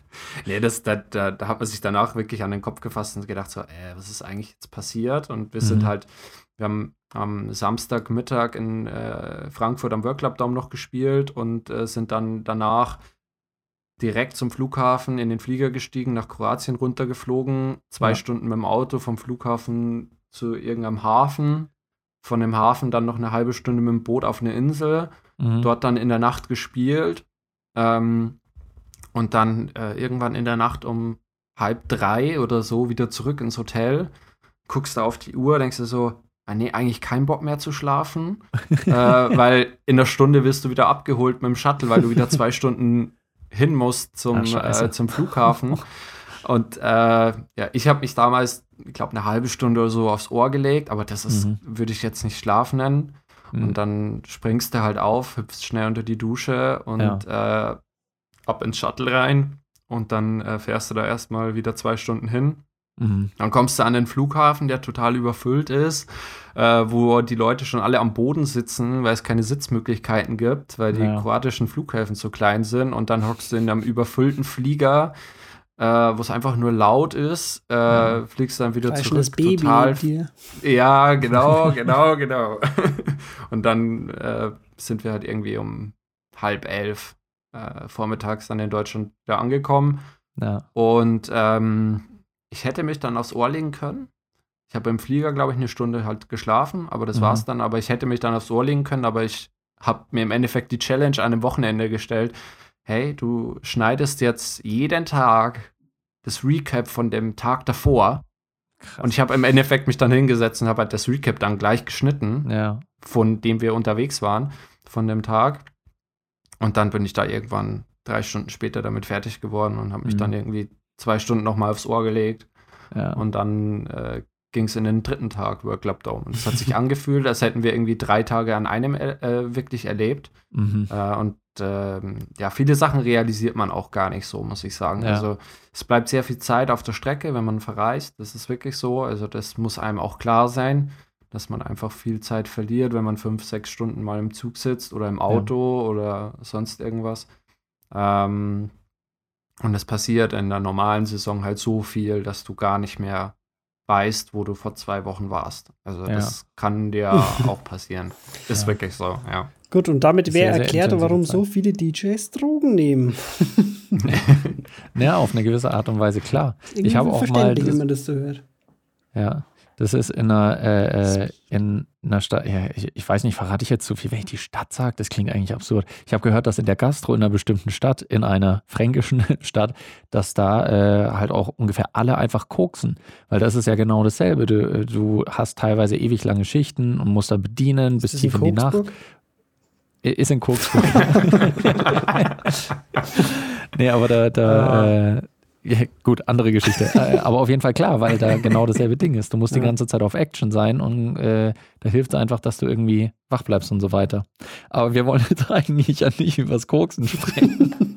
Nee, da hat man sich danach wirklich an den Kopf gefasst und gedacht so, was ist eigentlich jetzt passiert? Und wir haben am Samstagmittag in Frankfurt am World Club Dome noch gespielt und sind dann danach direkt zum Flughafen in den Flieger gestiegen, nach Kroatien runtergeflogen, 2 Stunden mit dem Auto vom Flughafen zu irgendeinem Hafen, von dem Hafen dann noch eine halbe Stunde mit dem Boot auf eine Insel, dort dann in der Nacht gespielt und dann irgendwann in der Nacht um 2:30 oder so wieder zurück ins Hotel, guckst du auf die Uhr, denkst du so, nee, eigentlich keinen Bock mehr zu schlafen, weil in einer Stunde wirst du wieder abgeholt mit dem Shuttle, weil du wieder 2 Stunden hin musst zum Flughafen. Und ich habe mich damals, ich glaube, eine halbe Stunde oder so aufs Ohr gelegt, aber das ist, würde ich jetzt nicht Schlaf nennen. Und dann springst du halt auf, hüpfst schnell unter die Dusche und ab ins Shuttle rein. Und dann fährst du da erstmal wieder 2 Stunden hin. Dann kommst du an den Flughafen, der total überfüllt ist, wo die Leute schon alle am Boden sitzen, weil es keine Sitzmöglichkeiten gibt, weil die kroatischen Flughäfen zu klein sind. Und dann hockst du in einem überfüllten Flieger, wo es einfach nur laut ist, fliegst dann wieder zurück. Das Baby total. Dir. Ja, genau. Und dann sind wir halt irgendwie um 10:30 vormittags dann in Deutschland da angekommen. Ja. Und ich hätte mich dann aufs Ohr legen können. Ich habe im Flieger, glaube ich, 1 Stunde halt geschlafen, aber das war's dann. Aber ich hätte mich dann aufs Ohr legen können, aber ich habe mir im Endeffekt die Challenge an einem Wochenende gestellt. Hey, du schneidest jetzt jeden Tag das Recap von dem Tag davor. Krass. Und ich habe im Endeffekt mich dann hingesetzt und habe halt das Recap dann gleich geschnitten, von dem wir unterwegs waren, von dem Tag. Und dann bin ich da irgendwann 3 Stunden später damit fertig geworden und habe mich dann irgendwie 2 Stunden nochmal aufs Ohr gelegt. Ja. Und dann ging es in den 3. Tag World Club Dome. Und es hat sich angefühlt, als hätten wir irgendwie 3 Tage an einem wirklich erlebt. Und viele Sachen realisiert man auch gar nicht so, muss ich sagen. Ja. Also es bleibt sehr viel Zeit auf der Strecke, wenn man verreist. Das ist wirklich so. Also das muss einem auch klar sein, dass man einfach viel Zeit verliert, wenn man 5, 6 Stunden mal im Zug sitzt oder im Auto oder sonst irgendwas. Und es passiert in der normalen Saison halt so viel, dass du gar nicht mehr weißt, wo du vor 2 Wochen warst. Also das kann dir auch passieren. Ist wirklich so, ja. Gut, und damit wäre erklärt, warum so viele DJs Drogen nehmen. Ja, auf eine gewisse Art und Weise, klar. Ich habe auch mal, wenn man das so hört. Ja, das ist in einer Stadt, ich weiß nicht, verrate ich jetzt zu viel, wenn ich die Stadt sage, das klingt eigentlich absurd. Ich habe gehört, dass in der Gastro in einer bestimmten Stadt, in einer fränkischen Stadt, dass da halt auch ungefähr alle einfach koksen, weil das ist ja genau dasselbe. Du hast teilweise ewig lange Schichten und musst da bedienen bis tief in die Nacht. Ist in Koksburg. Nee, aber gut, andere Geschichte. Aber auf jeden Fall klar, weil da genau dasselbe Ding ist. Du musst die ganze Zeit auf Action sein und da hilft es einfach, dass du irgendwie wach bleibst und so weiter. Aber wir wollen jetzt eigentlich ja nicht über das Koksen sprechen.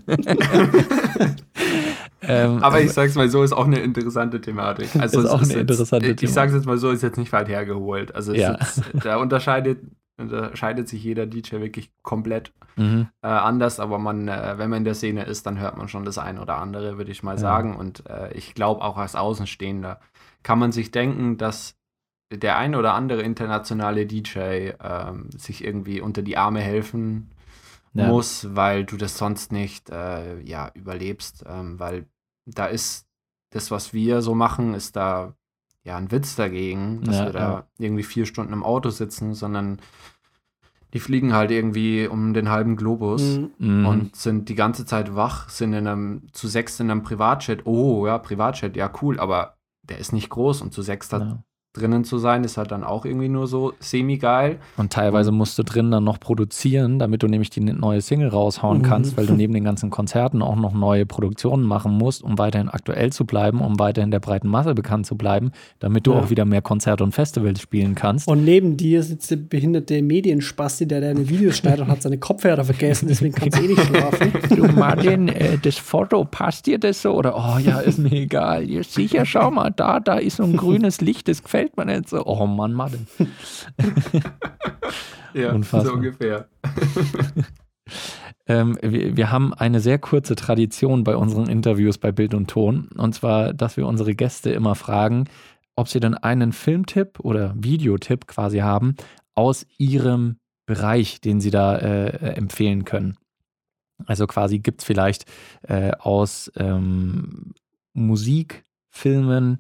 Aber ich sag's mal so, ist auch eine interessante Thematik. Also ist auch eine interessante Thematik. Ich sag's jetzt mal so, ist jetzt nicht weit hergeholt. Also da unterscheidet sich jeder DJ wirklich komplett anders, aber wenn man in der Szene ist, dann hört man schon das eine oder andere, würde ich mal sagen. Und ich glaube, auch als Außenstehender kann man sich denken, dass der ein oder andere internationale DJ sich irgendwie unter die Arme helfen muss, weil du das sonst nicht überlebst. Weil da ist das, was wir so machen, ist da ein Witz dagegen, dass wir da irgendwie 4 Stunden im Auto sitzen, sondern die fliegen halt irgendwie um den halben Globus und sind die ganze Zeit wach, sind zu 6 in einem Privatjet. Oh, ja, Privatjet, ja, cool, aber der ist nicht groß und zu 6 da drinnen zu sein, ist halt dann auch irgendwie nur so semi-geil. Und teilweise musst du drin dann noch produzieren, damit du nämlich die neue Single raushauen kannst, weil du neben den ganzen Konzerten auch noch neue Produktionen machen musst, um weiterhin aktuell zu bleiben, um weiterhin der breiten Masse bekannt zu bleiben, damit du auch wieder mehr Konzerte und Festivals spielen kannst. Und neben dir sitzt der behinderte Medienspasti, der deine Videos schneidet und hat seine Kopfhörer vergessen, deswegen kannst du nicht schlafen. Du Martin, das Foto, passt dir das so? Oder, oh ja, ist mir egal. Ja, sicher, schau mal, da ist so ein grünes Licht, das gefällt man nicht so. Oh Mann, Martin. Ja, unfassbar. So ungefähr. Wir haben eine sehr kurze Tradition bei unseren Interviews bei Bild und Ton. Und zwar, dass wir unsere Gäste immer fragen, ob sie denn einen Filmtipp oder Videotipp quasi haben aus ihrem Bereich, den sie da empfehlen können. Also quasi gibt es vielleicht aus Musik, Filmen,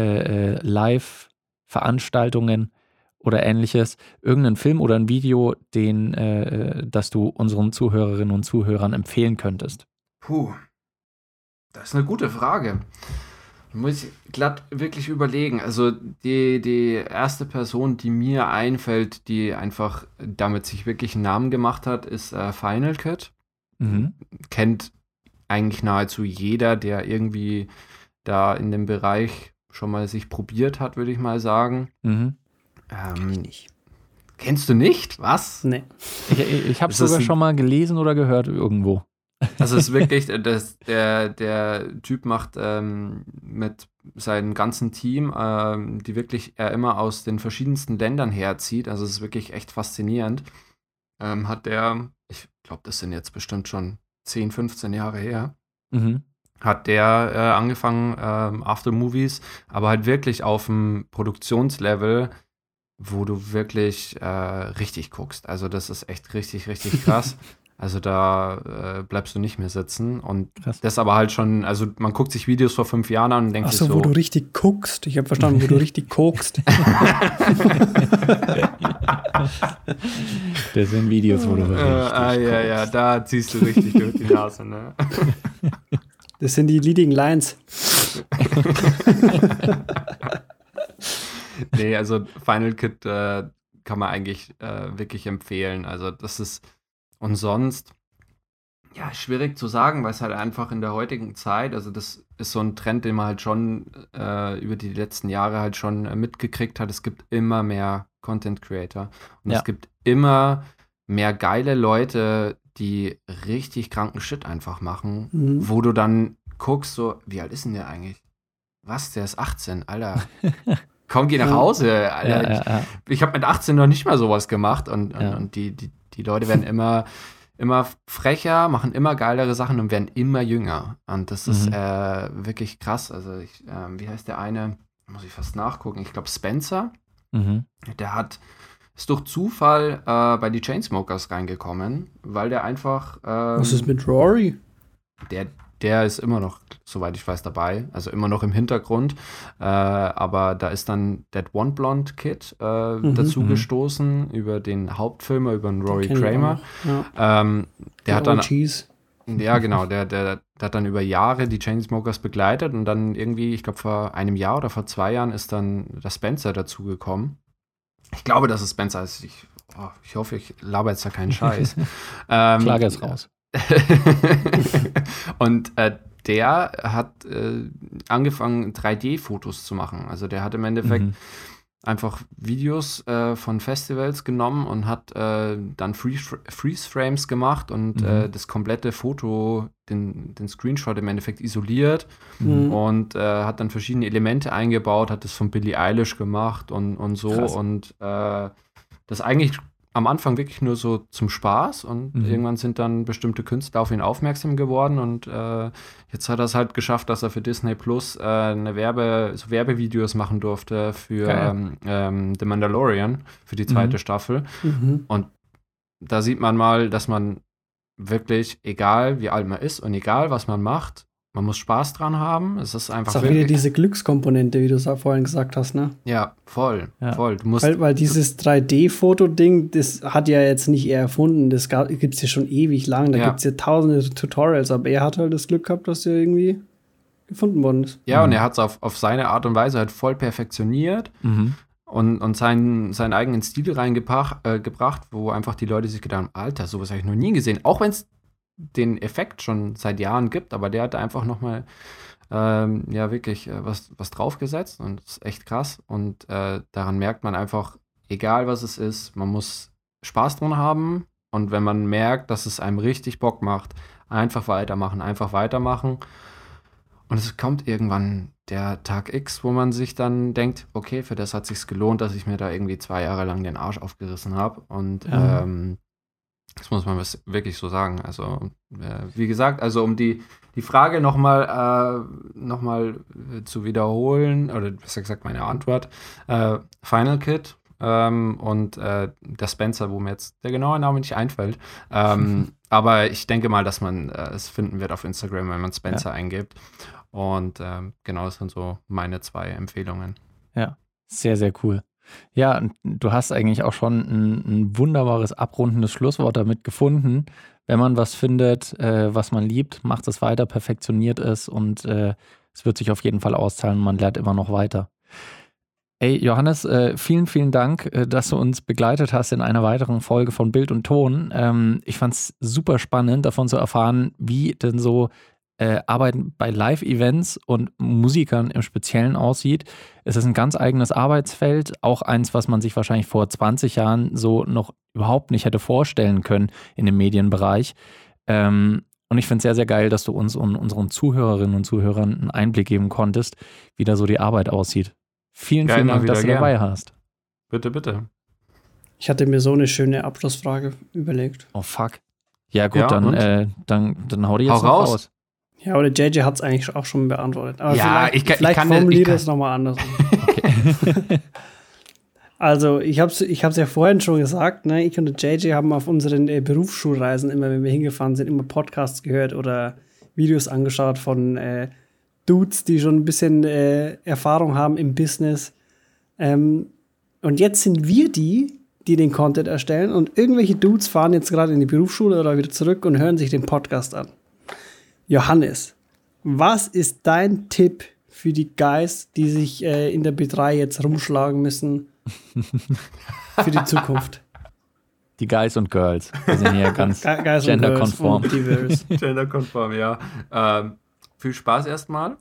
Live-Veranstaltungen oder ähnliches, irgendeinen Film oder ein Video, das du unseren Zuhörerinnen und Zuhörern empfehlen könntest? Puh, das ist eine gute Frage. Muss ich glatt wirklich überlegen. Also die erste Person, die mir einfällt, die einfach damit sich wirklich einen Namen gemacht hat, ist Final Cut. Mhm. Kennt eigentlich nahezu jeder, der irgendwie da in dem Bereich schon mal sich probiert hat, würde ich mal sagen. Mhm. Nicht. Kennst du nicht? Was? Nee. Ich habe es sogar schon mal gelesen oder gehört irgendwo. Also es ist wirklich, der Typ macht mit seinem ganzen Team, die wirklich er immer aus den verschiedensten Ländern herzieht, also es ist wirklich echt faszinierend, hat der, ich glaube, das sind jetzt bestimmt schon 10, 15 Jahre her, hat der angefangen, Aftermovies, aber halt wirklich auf dem Produktionslevel, wo du wirklich richtig guckst. Also das ist echt richtig, richtig krass. Also da bleibst du nicht mehr sitzen. Und krass. das aber halt schon, also man guckt sich Videos vor 5 Jahren an und denkt sich so. Wo du richtig guckst. Ich habe verstanden, wo du richtig kokst. Das sind Videos, wo du richtig ja, da ziehst du richtig durch die Nase, ne? Das sind die Leading Lines. Nee, also Final Cut kann man eigentlich wirklich empfehlen. Also das ist, und sonst, ja, schwierig zu sagen, weil es halt einfach in der heutigen Zeit, also das ist so ein Trend, den man halt schon über die letzten Jahre halt schon mitgekriegt hat. Es gibt immer mehr Content Creator und es gibt immer mehr geile Leute, die richtig kranken Shit einfach machen, wo du dann guckst, so, wie alt ist denn der eigentlich? Was, der ist 18, Alter. Komm, geh nach Hause, Alter. Ich habe mit 18 noch nicht mal sowas gemacht und die Leute werden immer frecher, machen immer geilere Sachen und werden immer jünger. Und das ist wirklich krass. Also, wie heißt der eine? Muss ich fast nachgucken. Ich glaube, Spencer. Der ist durch Zufall bei die Chainsmokers reingekommen, weil der einfach. Was ist mit Rory? Der ist immer noch, soweit ich weiß, dabei, also immer noch im Hintergrund, aber da ist dann That One Blonde Kid dazu gestoßen, über den Hauptfilmer, über den Rory Kramer. Der hat dann, ja genau, der hat dann über Jahre die Chainsmokers begleitet und dann irgendwie, ich glaube vor einem Jahr oder vor 2 Jahren ist dann der Spencer dazugekommen. Ich glaube, dass es Spencer ist. Ich hoffe, ich laber jetzt da keinen Scheiß. Klage es raus. Und der hat angefangen, 3D-Fotos zu machen. Also der hat im Endeffekt einfach Videos von Festivals genommen und hat dann Freeze-Frames gemacht und das komplette Foto, den Screenshot im Endeffekt isoliert und hat dann verschiedene Elemente eingebaut, hat das von Billie Eilish gemacht und so. Krass. Und das eigentlich am Anfang wirklich nur so zum Spaß und irgendwann sind dann bestimmte Künstler auf ihn aufmerksam geworden und jetzt hat er es halt geschafft, dass er für Disney Plus Werbevideos machen durfte für The Mandalorian, für die 2. Staffel. Und da sieht man mal, dass man wirklich, egal wie alt man ist und egal was man macht, man muss Spaß dran haben. Es ist einfach. Das ist auch wieder diese Glückskomponente, wie du es vorhin gesagt hast, ne? Ja, voll. Du musst weil dieses 3D-Foto-Ding, das hat ja jetzt nicht er erfunden. Das gibt es ja schon ewig lang. Da gibt es ja tausende Tutorials. Aber er hat halt das Glück gehabt, dass er irgendwie gefunden worden ist. Ja, und er hat es auf seine Art und Weise halt voll perfektioniert und seinen eigenen Stil reingebracht, wo einfach die Leute sich gedacht haben, Alter, sowas habe ich noch nie gesehen. Auch wenn es den Effekt schon seit Jahren gibt, aber der hat einfach nochmal wirklich was draufgesetzt und das ist echt krass und daran merkt man einfach, egal was es ist, man muss Spaß dran haben und wenn man merkt, dass es einem richtig Bock macht, einfach weitermachen und es kommt irgendwann der Tag X, wo man sich dann denkt, okay, für das hat sich's gelohnt, dass ich mir da irgendwie 2 Jahre lang den Arsch aufgerissen habe und Das muss man wirklich so sagen. Also, wie gesagt, also um die Frage nochmal zu wiederholen, oder besser gesagt meine Antwort, Final Kid und der Spencer, wo mir jetzt der genaue Name nicht einfällt. Aber ich denke mal, dass man es finden wird auf Instagram, wenn man Spencer eingibt. Und genau, das sind so meine 2 Empfehlungen. Ja, sehr, sehr cool. Ja, du hast eigentlich auch schon ein wunderbares, abrundendes Schlusswort damit gefunden. Wenn man was findet, was man liebt, macht es weiter, perfektioniert es und es wird sich auf jeden Fall auszahlen. Man lernt immer noch weiter. Ey, Johannes, vielen, vielen Dank, dass du uns begleitet hast in einer weiteren Folge von Bild und Ton. Ich fand es super spannend, davon zu erfahren, wie denn so Arbeiten bei Live-Events und Musikern im Speziellen aussieht. Es ist ein ganz eigenes Arbeitsfeld, auch eins, was man sich wahrscheinlich vor 20 Jahren so noch überhaupt nicht hätte vorstellen können in dem Medienbereich. Und ich finde es sehr, sehr geil, dass du uns und unseren Zuhörerinnen und Zuhörern einen Einblick geben konntest, wie da so die Arbeit aussieht. Vielen, vielen Dank, dass du dabei hast. Bitte, bitte. Ich hatte mir so eine schöne Abschlussfrage überlegt. Oh, fuck. Ja, gut, dann hau die jetzt noch raus. Ja, aber der JJ hat es eigentlich auch schon beantwortet. Aber ja, vielleicht formuliere es nochmal anders. Okay. Also, ich hab's ja vorhin schon gesagt, ne? Ich und der JJ haben auf unseren Berufsschulreisen immer, wenn wir hingefahren sind, immer Podcasts gehört oder Videos angeschaut von Dudes, die schon ein bisschen Erfahrung haben im Business. Und jetzt sind wir die den Content erstellen und irgendwelche Dudes fahren jetzt gerade in die Berufsschule oder wieder zurück und hören sich den Podcast an. Johannes, was ist dein Tipp für die Guys, die sich in der B3 jetzt rumschlagen müssen für die Zukunft? Die Guys und Girls. Wir sind hier ganz genderkonform. Genderkonform, ja. Viel Spaß erstmal.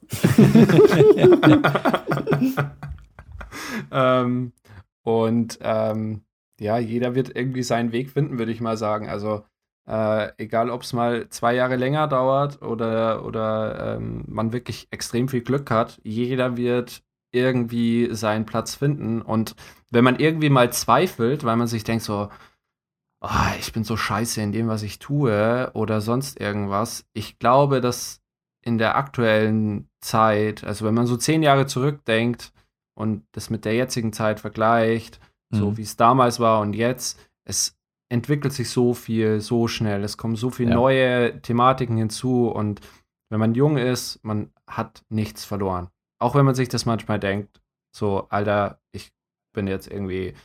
Ja, jeder wird irgendwie seinen Weg finden, würde ich mal sagen. Also egal, ob es mal 2 Jahre länger dauert oder man wirklich extrem viel Glück hat, jeder wird irgendwie seinen Platz finden. Und wenn man irgendwie mal zweifelt, weil man sich denkt so, oh, ich bin so scheiße in dem, was ich tue oder sonst irgendwas, ich glaube, dass in der aktuellen Zeit, also wenn man so 10 Jahre zurückdenkt und das mit der jetzigen Zeit vergleicht, so wie es damals war und jetzt, es entwickelt sich so viel, so schnell. Es kommen so viele neue Thematiken hinzu und wenn man jung ist, man hat nichts verloren. Auch wenn man sich das manchmal denkt, so, Alter, ich bin jetzt irgendwie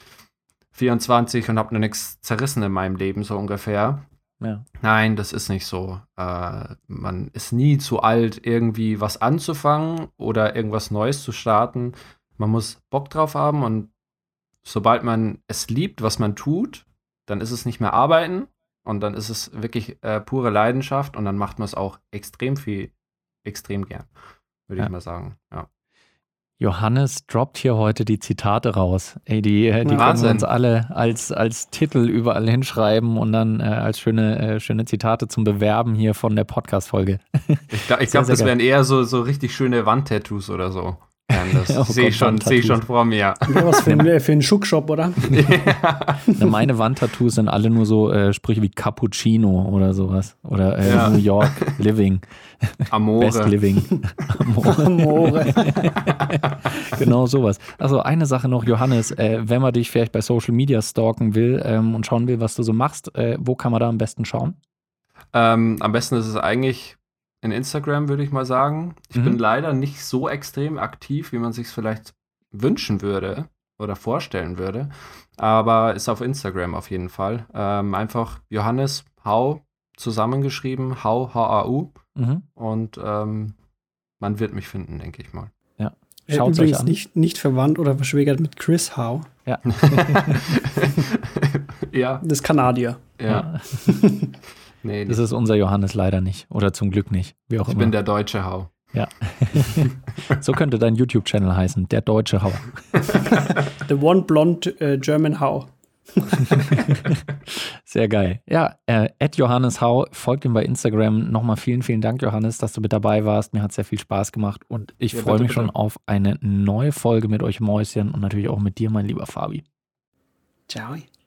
24 und habe noch nichts zerrissen in meinem Leben, so ungefähr. Ja. Nein, das ist nicht so. Man ist nie zu alt, irgendwie was anzufangen oder irgendwas Neues zu starten. Man muss Bock drauf haben und sobald man es liebt, was man tut, dann ist es nicht mehr Arbeiten und dann ist es wirklich pure Leidenschaft und dann macht man es auch extrem gern, würde ich mal sagen. Ja. Johannes droppt hier heute die Zitate raus. Ey, die können wir uns alle als Titel überall hinschreiben und dann als schöne Zitate zum Bewerben hier von der Podcast-Folge. Ich glaube, das wären eher so richtig schöne Wandtattoos oder so. Das sehe ich schon vor mir. Ja, was für einen Schuckshop, oder? Ja. Meine Wandtattoos sind alle nur so Sprüche wie Cappuccino oder sowas. Oder New York Living. Amore. Best Living. Amore. Genau sowas. Also eine Sache noch, Johannes, wenn man dich vielleicht bei Social Media stalken will und schauen will, was du so machst, wo kann man da am besten schauen? Am besten ist es eigentlich in Instagram, würde ich mal sagen. Ich bin leider nicht so extrem aktiv, wie man sich es vielleicht wünschen würde oder vorstellen würde. Aber ist auf Instagram auf jeden Fall. Einfach Johannes Hau zusammengeschrieben, Hau, H-A-U. Und man wird mich finden, denke ich mal. Ja. Schaut euch an. Nicht verwandt oder verschwägert mit Chris Howe. Ja. Ja. Das ist Kanadier. Ja. Nee, das ist unser Johannes leider nicht. Oder zum Glück nicht. Wie auch immer. Ich bin der deutsche Hau. Ja. So könnte dein YouTube-Channel heißen. Der deutsche Hau. The One Blonde German Hau. Sehr geil. Ja, @Johannes Hau, folgt ihm bei Instagram. Nochmal vielen, vielen Dank, Johannes, dass du mit dabei warst. Mir hat es sehr viel Spaß gemacht und ich freue mich schon auf eine neue Folge mit euch Mäuschen und natürlich auch mit dir, mein lieber Fabi. Ciao.